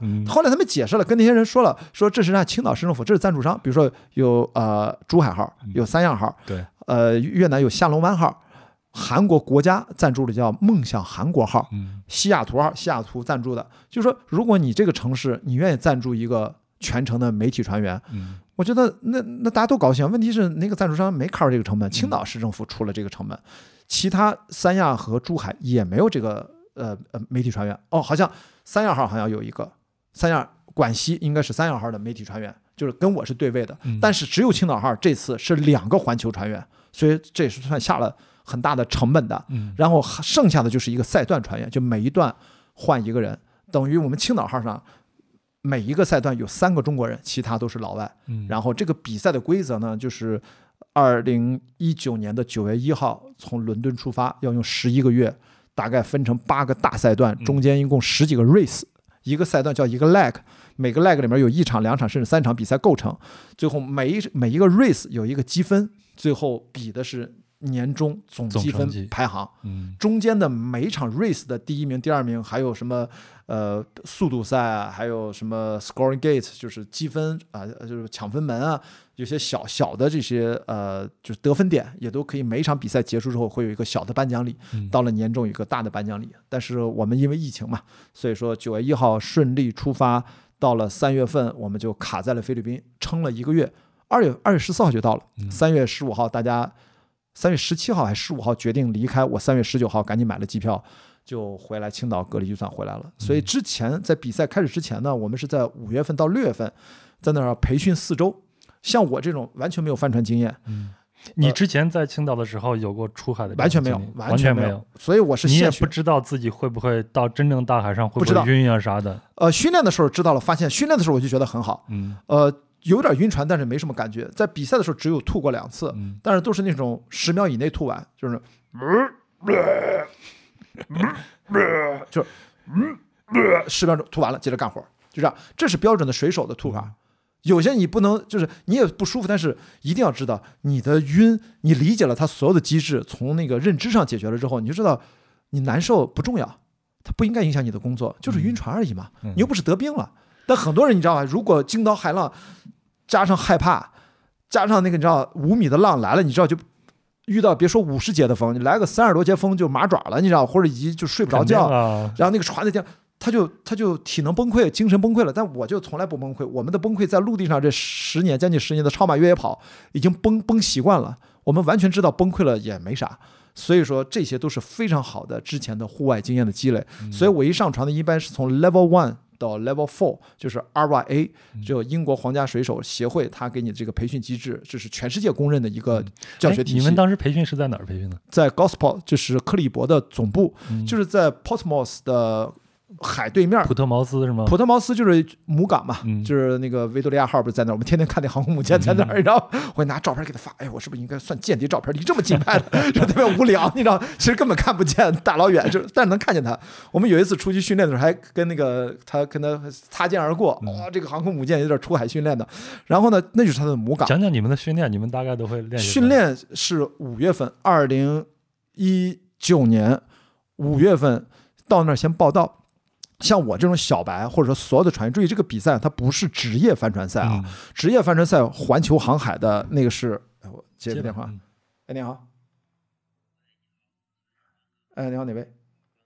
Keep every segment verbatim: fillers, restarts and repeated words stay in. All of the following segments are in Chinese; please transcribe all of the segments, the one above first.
嗯， 后来他们解释了，跟那些人说了，说这是让青岛市政府，这是赞助商，比如说有呃珠海号，有三亚号， 对， 呃越南有下龙湾号，韩国国家赞助的叫梦想韩国号， 嗯， 西雅图号，西雅图赞助的，就是说如果你这个城市你愿意赞助一个全程的媒体船员， 嗯， 我觉得那那大家都高兴。问题是那个赞助商没 cover 这个成本，青岛市政府出了这个成本，其他三亚和珠海也没有这个呃呃媒体船员。哦，好像三亚号好像有一个，三亚广西应该是三亚号的媒体船员，就是跟我是对位的， 嗯、 但是只有青岛号这次是两个环球船员，所以这也是算下了很大的成本的。 嗯， 然后剩下的就是一个赛段船员，就每一段换一个人，等于我们青岛号上每一个赛段有三个中国人，其他都是老外。 嗯， 然后这个比赛的规则呢，就是二零一九年的九月一号从伦敦出发，要用十一个月，大概分成八个大赛段，中间一共十几个 race，、嗯、一个赛段叫一个 leg， 每个 leg 里面有一场、两场甚至三场比赛构成，最后每一每一个 race 有一个积分，最后比的是年终总积分排行， 嗯， 中间的每一场 race 的第一名、第二名，还有什么呃速度赛啊，还有什么 scoring gate， 就是积分啊、呃，就是抢分门啊，有些小小的这些呃，就是得分点也都可以。每一场比赛结束之后会有一个小的颁奖礼， 嗯、 到了年终有一个大的颁奖礼。但是我们因为疫情嘛，所以说九月一号顺利出发，到了三月份我们就卡在了菲律宾，撑了一个月。二月二月十四号就到了，三月十五号大家。三月十七号还是十五号决定离开，我三月十九号赶紧买了机票就回来青岛隔离，就算回来了。所以之前在比赛开始之前呢，我们是在五月份到六月份在那儿培训四周。像我这种完全没有帆船经验， 嗯，你之前在青岛的时候有过出海的、呃、 完全没有， 完全没有， 所以我是你也不知道自己会不会到真正大海上会不会晕啊啥的。 呃，训练的时候知道了，发现训练的时候我就觉得很好， 嗯， 呃。有点晕船，但是没什么感觉。在比赛的时候只有吐过两次， 嗯、 但是都是那种十秒以内吐完，就是，就是十秒钟吐完了，接着干活，就这样。这是标准的水手的吐法。有些你不能，就是你也不舒服，但是一定要知道你的晕，你理解了它所有的机制，从那个认知上解决了之后，你就知道你难受不重要，它不应该影响你的工作，就是晕船而已嘛。 嗯、 你又不是得病了。但很多人你知道吧？如果惊涛骇浪加上害怕，加上那个你知道五米的浪来了，你知道就遇到别说五十节的风，你来个三十多节风就麻爪了，你知道，或者以及就睡不着觉， 啊、 然后那个船在这样，他就他就体能崩溃，精神崩溃了。但我就从来不崩溃，我们的崩溃在陆地上这十年将近十年的超马越野跑已经崩崩习惯了，我们完全知道崩溃了也没啥。所以说这些都是非常好的之前的户外经验的积累。 嗯、 所以我一上船的一般是从 level one。到 level four 就是 R Y A， 就英国皇家水手协会，他给你这个培训机制，这是全世界公认的一个教学体系。 你们当时培训是在哪儿培训的？ 在 Gosport， 就是克利伯的总部， 嗯、 就是在 Portsmouth 的海对面。 普特茅斯是吗？ 普特茅斯就是母港嘛， 嗯、 就是那个维多利亚号不是在那儿，我们天天看那航空母舰在那儿，嗯、然后我拿照片给他发，哎，我是不是应该算间谍照片？离这么近拍的，就特别无聊，你知道，其实根本看不见，大老远就，但是能看见他。我们有一次出去训练的时候，还跟那个他跟他擦肩而过，哇、 嗯哦，这个航空母舰有点出海训练的。然后呢，那就是他的母港。 讲讲你们的训练，你们大概都会练。 训练是五月份，二零一九年五月份到那儿先报到。像我这种小白，或者说所有的船员，注意这个比赛它不是职业帆船赛啊， 嗯、 职业帆船赛环球航海的那个是，哎，我接个电话， 嗯、 哎，你好，哎，你好，哪位？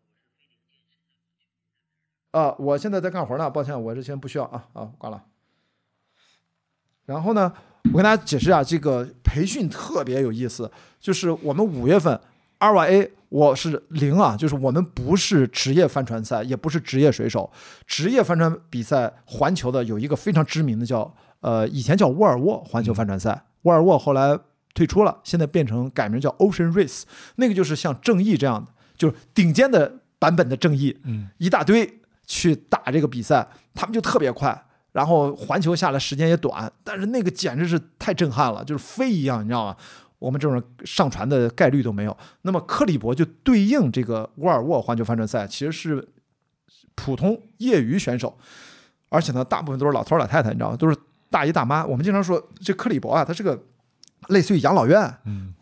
啊，我现在在干活呢，抱歉，我这先不需要啊，啊，挂了。然后呢，我跟大家解释啊，这个培训特别有意思，就是我们五月份 R Y A。我是零啊，就是我们不是职业帆船赛，也不是职业水手。职业帆船比赛，环球的有一个非常知名的叫呃，以前叫沃尔沃环球帆船赛，沃尔沃后来退出了，现在变成改名叫 Ocean Race， 那个就是像正义这样的，就是顶尖的版本的正义， 嗯， 一大堆去打这个比赛，他们就特别快，然后环球下来时间也短，但是那个简直是太震撼了，就是飞一样，你知道吗？我们这种上船的概率都没有。那么克利伯就对应这个沃尔沃环球帆船赛，其实是普通业余选手，而且呢，大部分都是老头老太太，你知道吗？都是大姨大妈。我们经常说这克利伯啊，它是个类似于养老院， 嗯，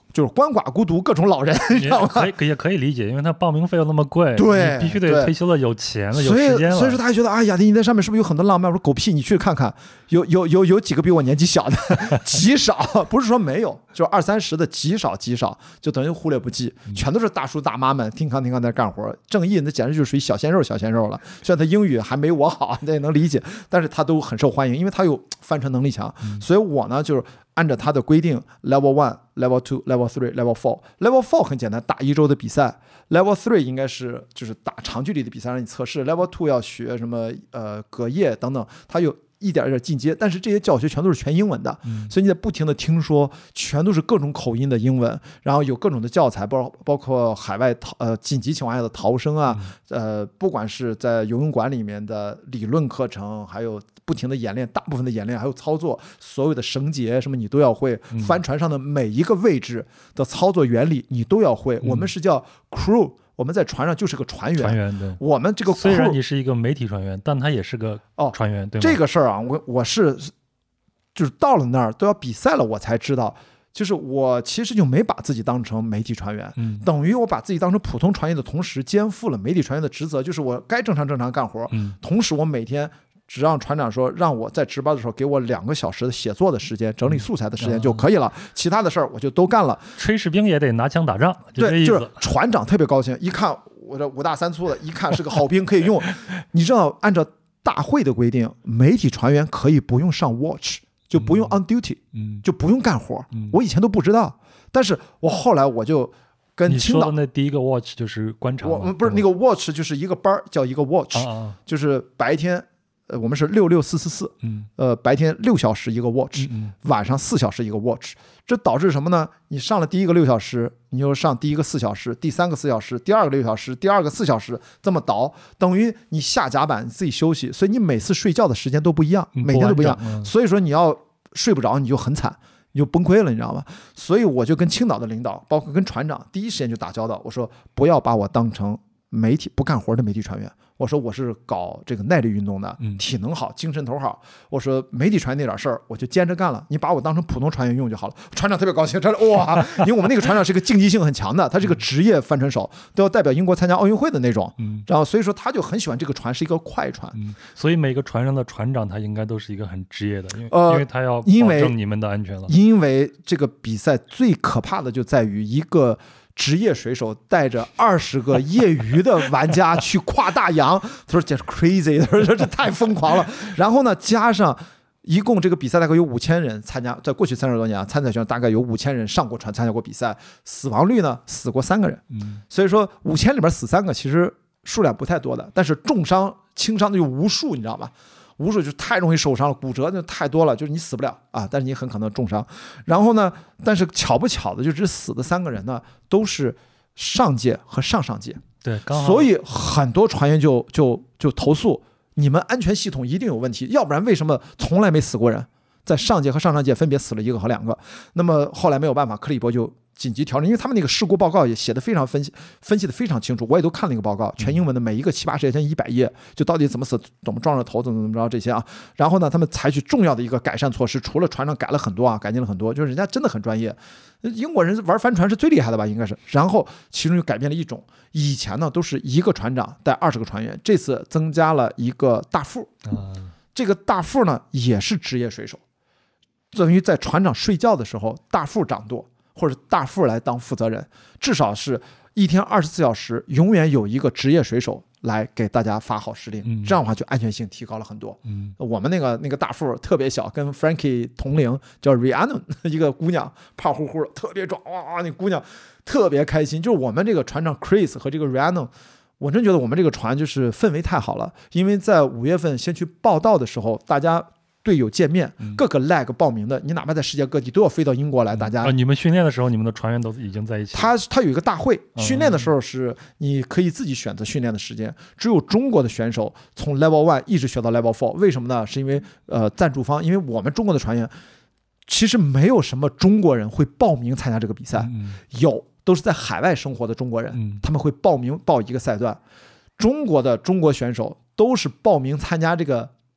就是鳏寡孤独各种老人，你知道吗？ 可以也可以理解，因为他报名费又那么贵， 对， 你必须得退休了，有钱了，有时间了。 所以说他还觉得，哎呀，你在上面是不是有很多浪漫？我说狗屁，你去看看，有有有有几个比我年纪小的，极少，不是说没有，就是二三十的极少极少，就等于忽略不计，全都是大叔大妈们，挺康挺康在干活。郑毅那简直就是属于小鲜肉小鲜肉了，虽然他英语还没我好，那也能理解，但是他都很受欢迎，因为他有翻船能力强。所以我呢就是按照他的规定 ，level one、level two、level three、level four。level four 很简单，打一周的比赛 ；level three 应该是就是打长距离的比赛让你测试 ；level two 要学什么呃隔夜等等，它有一点一点进阶，但是这些教学全都是全英文的， 嗯、 所以你在不停的听说，全都是各种口音的英文，然后有各种的教材，包包括海外逃呃紧急情况下的逃生啊，嗯、呃，不管是在游泳馆里面的理论课程，还有不停的演练，大部分的演练还有操作，所有的绳结什么你都要会， 嗯、 帆船上的每一个位置的操作原理你都要会。嗯、我们是叫 crew。我们在船上就是个船员， 船员对。 我们这个虽然你是一个媒体船员，但他也是个船员， 哦、 对吗？ 这个事儿啊，我我是就是到了那儿都要比赛了，我才知道，就是我其实就没把自己当成媒体船员， 嗯、 等于我把自己当成普通船员的同时，肩负了媒体船员的职责，就是我该正常正常干活， 嗯、 同时我每天只让船长说，让我在值班的时候给我两个小时的写作的时间、整理素材的时间就可以了，嗯、其他的事儿我就都干了。 炊事兵也得拿枪打仗，就这对， 意思。 就是船长特别高兴，一看我这五大三粗的，一看是个好兵可以用。你知道，按照大会的规定，媒体船员可以不用上 watch， 就不用 on duty， 嗯、 就不用干活。 嗯、 我以前都不知道，但是我后来我就跟青岛， 你说的那第一个 watch 就是观察， 我们不是那个 watch 就是一个班叫一个 watch，、 啊、 就是白天。呃，我们是六六四四四， 嗯， 呃，白天六小时一个 watch，、 嗯、 晚上四小时一个 watch， 这导致什么呢？你上了第一个六小时，你又上第一个四小时，第三个四小时，第二个六小时，第二个四小时，这么倒，等于你下甲板你自己休息，所以你每次睡觉的时间都不一样， 嗯、 每天都不一样， 嗯、 所以说你要睡不着，你就很惨，你就崩溃了，你知道吗？所以我就跟青岛的领导，包括跟船长，第一时间就打交道，我说不要把我当成媒体不干活的媒体船员。我说我是搞这个耐力运动的，体能好，精神头好。我说媒体船那点事儿，我就兼着干了。你把我当成普通船员用就好了。船长特别高兴，船长哇，因为我们那个船长是个竞技性很强的，他是个职业帆船手，都要代表英国参加奥运会的那种。 嗯， 然后所以说他就很喜欢这个船是一个快船。 嗯，所以每个船上的船长他应该都是一个很职业的，因为、 呃、 因为他要保证你们的安全了。 因为这个比赛最可怕的就在于一个。职业水手带着二十个业余的玩家去跨大洋，他说这是 crazy， 他说这太疯狂了。然后呢，加上一共这个比赛大概有五千人参加，在过去三十多年啊，参赛选手大概有五千人上过船参加过比赛，死亡率呢死过三个人， 嗯， 所以说五千里边死三个，其实数量不太多的，但是重伤轻伤的有无数，你知道吧？无数就太容易受伤了，骨折就太多了，就是你死不了啊，但是你很可能重伤。然后呢，但是巧不巧的，就只死的三个人呢，都是上届和上上届， 对，刚好。 所以很多船员就就就投诉，你们安全系统一定有问题，要不然为什么从来没死过人？在上届和上上届分别死了一个和两个。那么后来没有办法，克里伯就紧急调整，因为他们那个事故报告也写得非常分析分析得非常清楚，我也都看了那个报告，全英文的，每一个七八十页，将近一百页，就到底怎么死，怎么撞着头，怎么怎么着这些啊。然后呢，他们采取重要的一个改善措施，除了船上改了很多啊，改进了很多，就是人家真的很专业，英国人玩帆船是最厉害的吧，应该是。然后其中就改变了一种，以前呢都是一个船长带二十个船员，这次增加了一个大副，这个大副呢也是职业水手。等于在船长睡觉的时候，大副掌舵，或者大副来当负责人，至少是一天二十四小时，永远有一个职业水手来给大家发号施令。 嗯、 这样的话，就安全性提高了很多。 嗯， 我们那个那个大副特别小，跟 Frankie 同龄，叫 Rhiannon， 一个姑娘，胖乎乎的，特别壮，哇，那姑娘特别开心。就是我们这个船长 Chris 和这个 Rhiannon， 我真觉得我们这个船就是氛围太好了，因为在五月份先去报道的时候，大家队友见面，各个 leg 报名的，你哪怕在世界各地都要飞到英国来，大家、 嗯啊、你们训练的时候，你们的船员都已经在一起。 他他有一个大会，训练的时候是你可以自己选择训练的时间，只有中国的选手从 level one 一直学到 level four， 为什么呢？是因为呃赞助方，因为我们中国的船员其实没有什么中国人会报名参加这个比赛， 嗯、 有都是在海外生活的中国人， 嗯、 他们会报名报一个赛段。中国的中国选手都是报名参加这个。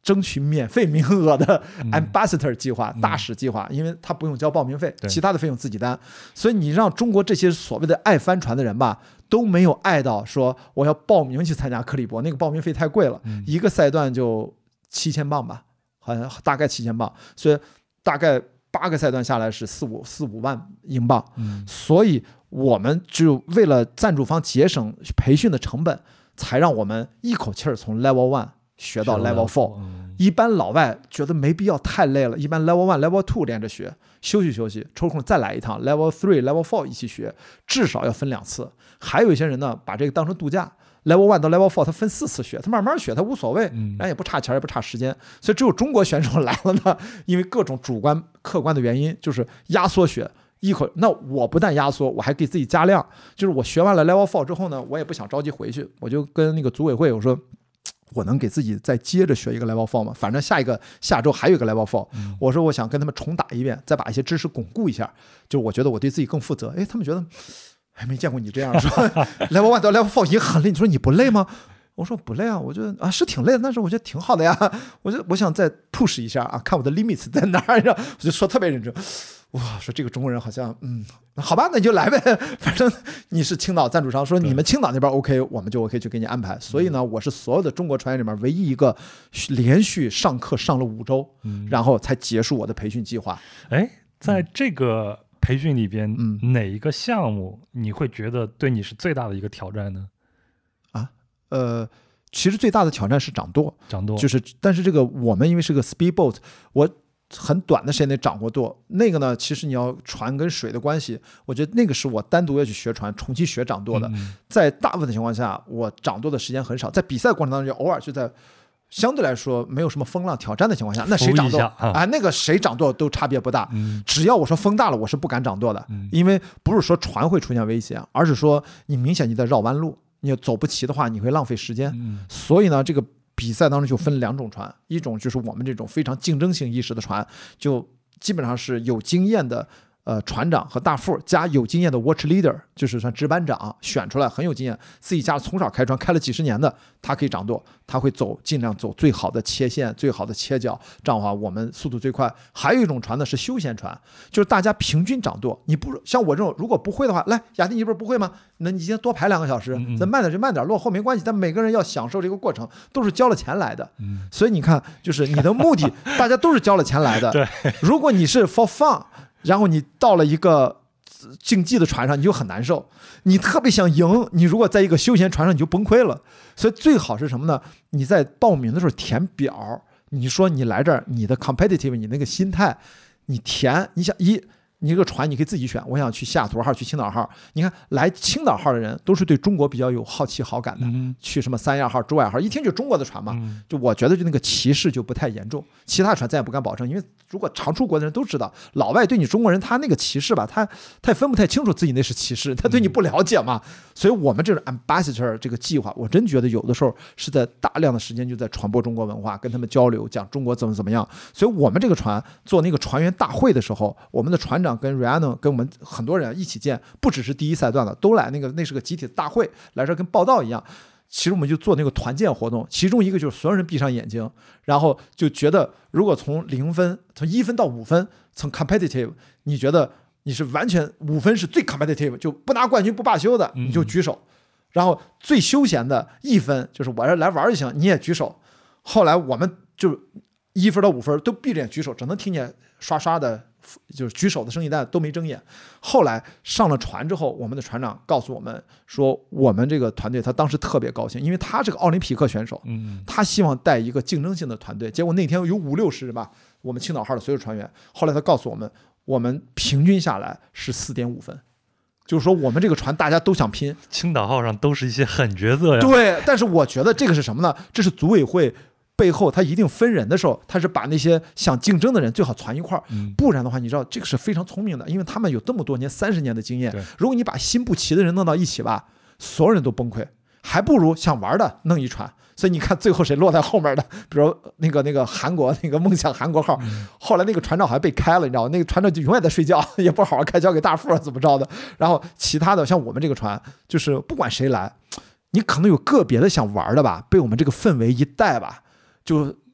争取免费名额的 ambassador 计划、嗯、大使计划，因为他不用交报名费，其他的费用自己担。所以你让中国这些所谓的爱帆船的人吧，都没有爱到说我要报名去参加克利伯，那个报名费太贵了，嗯、一个赛段就七千镑吧，好像大概七千镑，所以大概八个赛段下来是四五四五万英镑。嗯、所以我们就为了赞助方节省培训的成本，才让我们一口气儿从 level one 学到 level four。嗯、一般老外觉得没必要太累了，一般 level one level two 连着学，休息休息，抽空再来一趟 level three level four 一起学，至少要分两次。还有一些人呢，把这个当成度假， level one 到 level four 他分四次学，他慢慢学，他无所谓，人也不差钱也不差时间。所以只有中国选手来了呢，因为各种主观客观的原因，就是压缩学一口。那我不但压缩，我还给自己加量，就是我学完了 level four 之后呢，我也不想着急回去，我就跟那个组委会我说，我能给自己再接着学一个 level four 吗？反正下一个下周还有一个 level four，嗯、我说我想跟他们重打一遍，再把一些知识巩固一下，就我觉得我对自己更负责。哎，他们觉得还没见过你这样说level one 到 level four 已经很累，你说你不累吗？我说不累啊，我觉得啊是挺累的，但是我觉得挺好的呀。我就我想再 push 一下啊，看我的 limits 在哪儿，我就说特别认真。哇，说这个中国人好像嗯，好吧，那你就来呗，反正你是青岛赞助商，说你们青岛那边 OK， 我们就 OK 去给你安排。所以呢，我是所有的中国船员里面唯一一个连续上课上了五周，嗯、然后才结束我的培训计划。 哎，在这个培训里边，嗯、哪一个项目你会觉得对你是最大的一个挑战呢？ 啊，呃。其实最大的挑战是掌舵， 掌舵就是， 但是这个我们因为是个 speedboat， 我很短的时间内掌过舵。那个呢，其实你要船跟水的关系，我觉得那个是我单独要去学船，重新学掌舵的。嗯、在大部分情况下，我掌舵的时间很少，在比赛过程当中，偶尔就在相对来说没有什么风浪挑战的情况下，那谁掌舵啊、哎？那个谁掌舵都差别不大。嗯、只要我说风大了，我是不敢掌舵的，嗯、因为不是说船会出现危险，而是说你明显你在绕弯路。你走不齐的话，你会浪费时间。嗯、所以呢，这个比赛当中就分两种船，一种就是我们这种非常竞争性意识的船，就基本上是有经验的呃船长和大副加有经验的 watch leader， 就是算值班长选出来很有经验，自己家从小开船开了几十年的，他可以掌舵，他会走尽量走最好的切线、最好的切角，这样的话我们速度最快。还有一种船呢是休闲船，就是大家平均掌舵，你不像我这种如果不会的话，来雅迪你不是不会吗？那你今天多排两个小时，咱慢点就慢点，落后没关系。但每个人要享受这个过程，都是交了钱来的。嗯、所以你看，就是你的目的，大家都是交了钱来的。 对， 如果你是 for fun， 然后你到了一个竞技的船上，你就很难受。你特别想赢，你如果在一个休闲船上，你就崩溃了。所以最好是什么呢？你在报名的时候填表，你说你来这儿，你的 competitive， 你那个心态，你填，你想一。你这个船你可以自己选，我想去西雅图号，去青岛号。你看来青岛号的人都是对中国比较有好奇好感的，嗯、去什么三亚号、珠海号，一听就中国的船嘛。嗯、就我觉得就那个歧视就不太严重，其他船咱也不敢保证，因为如果常出国的人都知道，老外对你中国人他那个歧视吧，他他也分不太清楚自己那是歧视，他对你不了解嘛。嗯、所以我们这种 ambassador 这个计划，我真觉得有的时候是在大量的时间就在传播中国文化，跟他们交流，讲中国怎么怎么样。所以我们这个船做那个船员大会的时候，我们的船长跟 Rhiannon 跟我们很多人一起见，不只是第一赛段的都来，那个那是个集体的大会，来这跟报道一样。其实我们就做那个团建活动，其中一个就是所有人闭上眼睛，然后就觉得如果从零分从一分到五分，从 competitive 你觉得你是完全五分是最 competitive， 就不拿冠军不罢休的，你就举手。然后最休闲的一分就是我这来玩就行，你也举手。后来我们就一分到五分都闭着眼举手，只能听见刷刷的就是举手的声音，但都没睁眼。后来上了船之后，我们的船长告诉我们说，我们这个团队他当时特别高兴，因为他是个奥林匹克选手，他希望带一个竞争性的团队。结果那天有五六十人吧，我们青岛号的所有船员。后来他告诉我们，我们平均下来是四点五分。就是说我们这个船大家都想拼， 青岛号上都是一些狠角色呀。 对，但是我觉得这个是什么呢？这是组委会背后他一定分人的时候，他是把那些想竞争的人最好攒一块儿，嗯、不然的话，你知道这个是非常聪明的，因为他们有这么多年三十年的经验。如果你把心不齐的人弄到一起吧，所有人都崩溃，还不如想玩的弄一船。所以你看最后谁落在后面的，比如那个那个韩国那个梦想韩国号，嗯、后来那个船长好像被开了，你知道吗？那个船长就永远在睡觉，也不好好开交给大副怎么着的。然后其他的像我们这个船，就是不管谁来，你可能有个别的想玩的吧，被我们这个氛围一带吧。就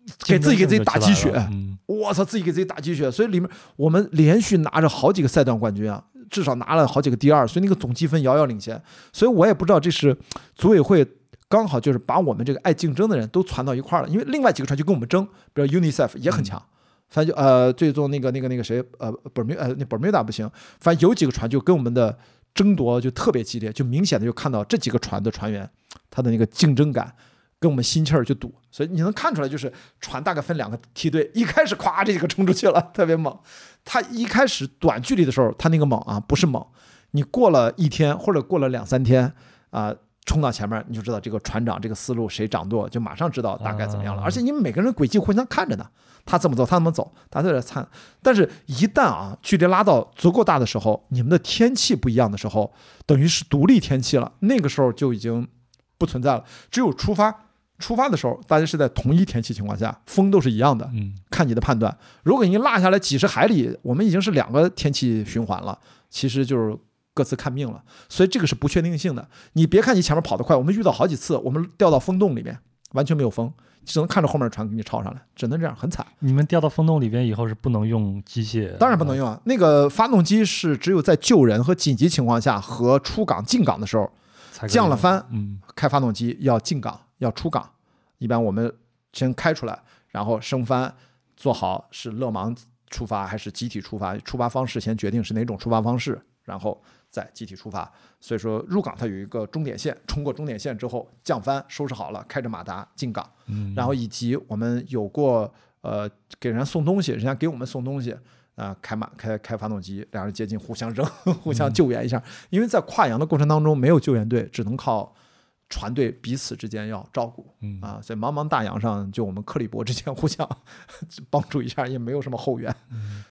给自己给自己打鸡血， 嗯、 我操，自己给自己打鸡血，所以里面我们连续拿着好几个赛段冠军啊，至少拿了好几个第二，所以那个总积分遥遥领先。所以我也不知道这是组委会刚好就是把我们这个爱竞争的人都攒到一块了，因为另外几个船就跟我们争，比如 UNICEF 也很强。嗯反正就呃，最终那个那个那个谁呃，伯明呃那伯明达不行，反正有几个船就跟我们的争夺就特别激烈，就明显的就看到这几个船的船员他的那个竞争感跟我们心气儿就赌，所以你能看出来，就是船大概分两个梯队，一开始咵这几个冲出去了，特别猛。他一开始短距离的时候，他那个猛啊不是猛，你过了一天或者过了两三天啊。呃冲到前面你就知道这个船长这个思路谁掌舵，就马上知道大概怎么样了。而且你们每个人轨迹互相看着呢，他怎么走他怎么走，大家都在看。但是一旦啊距离拉到足够大的时候，你们的天气不一样的时候，等于是独立天气了，那个时候就已经不存在了。只有出发出发的时候，大家是在同一天气情况下，风都是一样的，看你的判断。如果你落下来几十海里，我们已经是两个天气循环了，其实就是各自看命了，所以这个是不确定性的。你别看你前面跑得快，我们遇到好几次，我们掉到风洞里面，完全没有风，只能看着后面的船给你抄上来，只能这样，很惨。 你们掉到风洞里边以后是不能用机械？ 当然不能用啊，那个发动机是只有在救人和紧急情况下和出港进港的时候，降了帆， 嗯， 开发动机要进港要出港，一般我们先开出来，然后升帆，做好是勒芒出发还是集体出发，出发方式先决定是哪种出发方式，然后再集体出发。所以说入港它有一个终点线，冲过终点线之后降帆收拾好了，开着马达进港。 嗯， 然后以及我们有过呃给人家送东西，人家给我们送东西啊、呃，开马开开发动机，两人接近互相扔，互相救援一下。嗯、因为在跨洋的过程当中没有救援队，只能靠船队彼此之间要照顾。 嗯啊，在茫茫大洋上，就我们克里伯之间互相帮助一下，也没有什么后援。 嗯、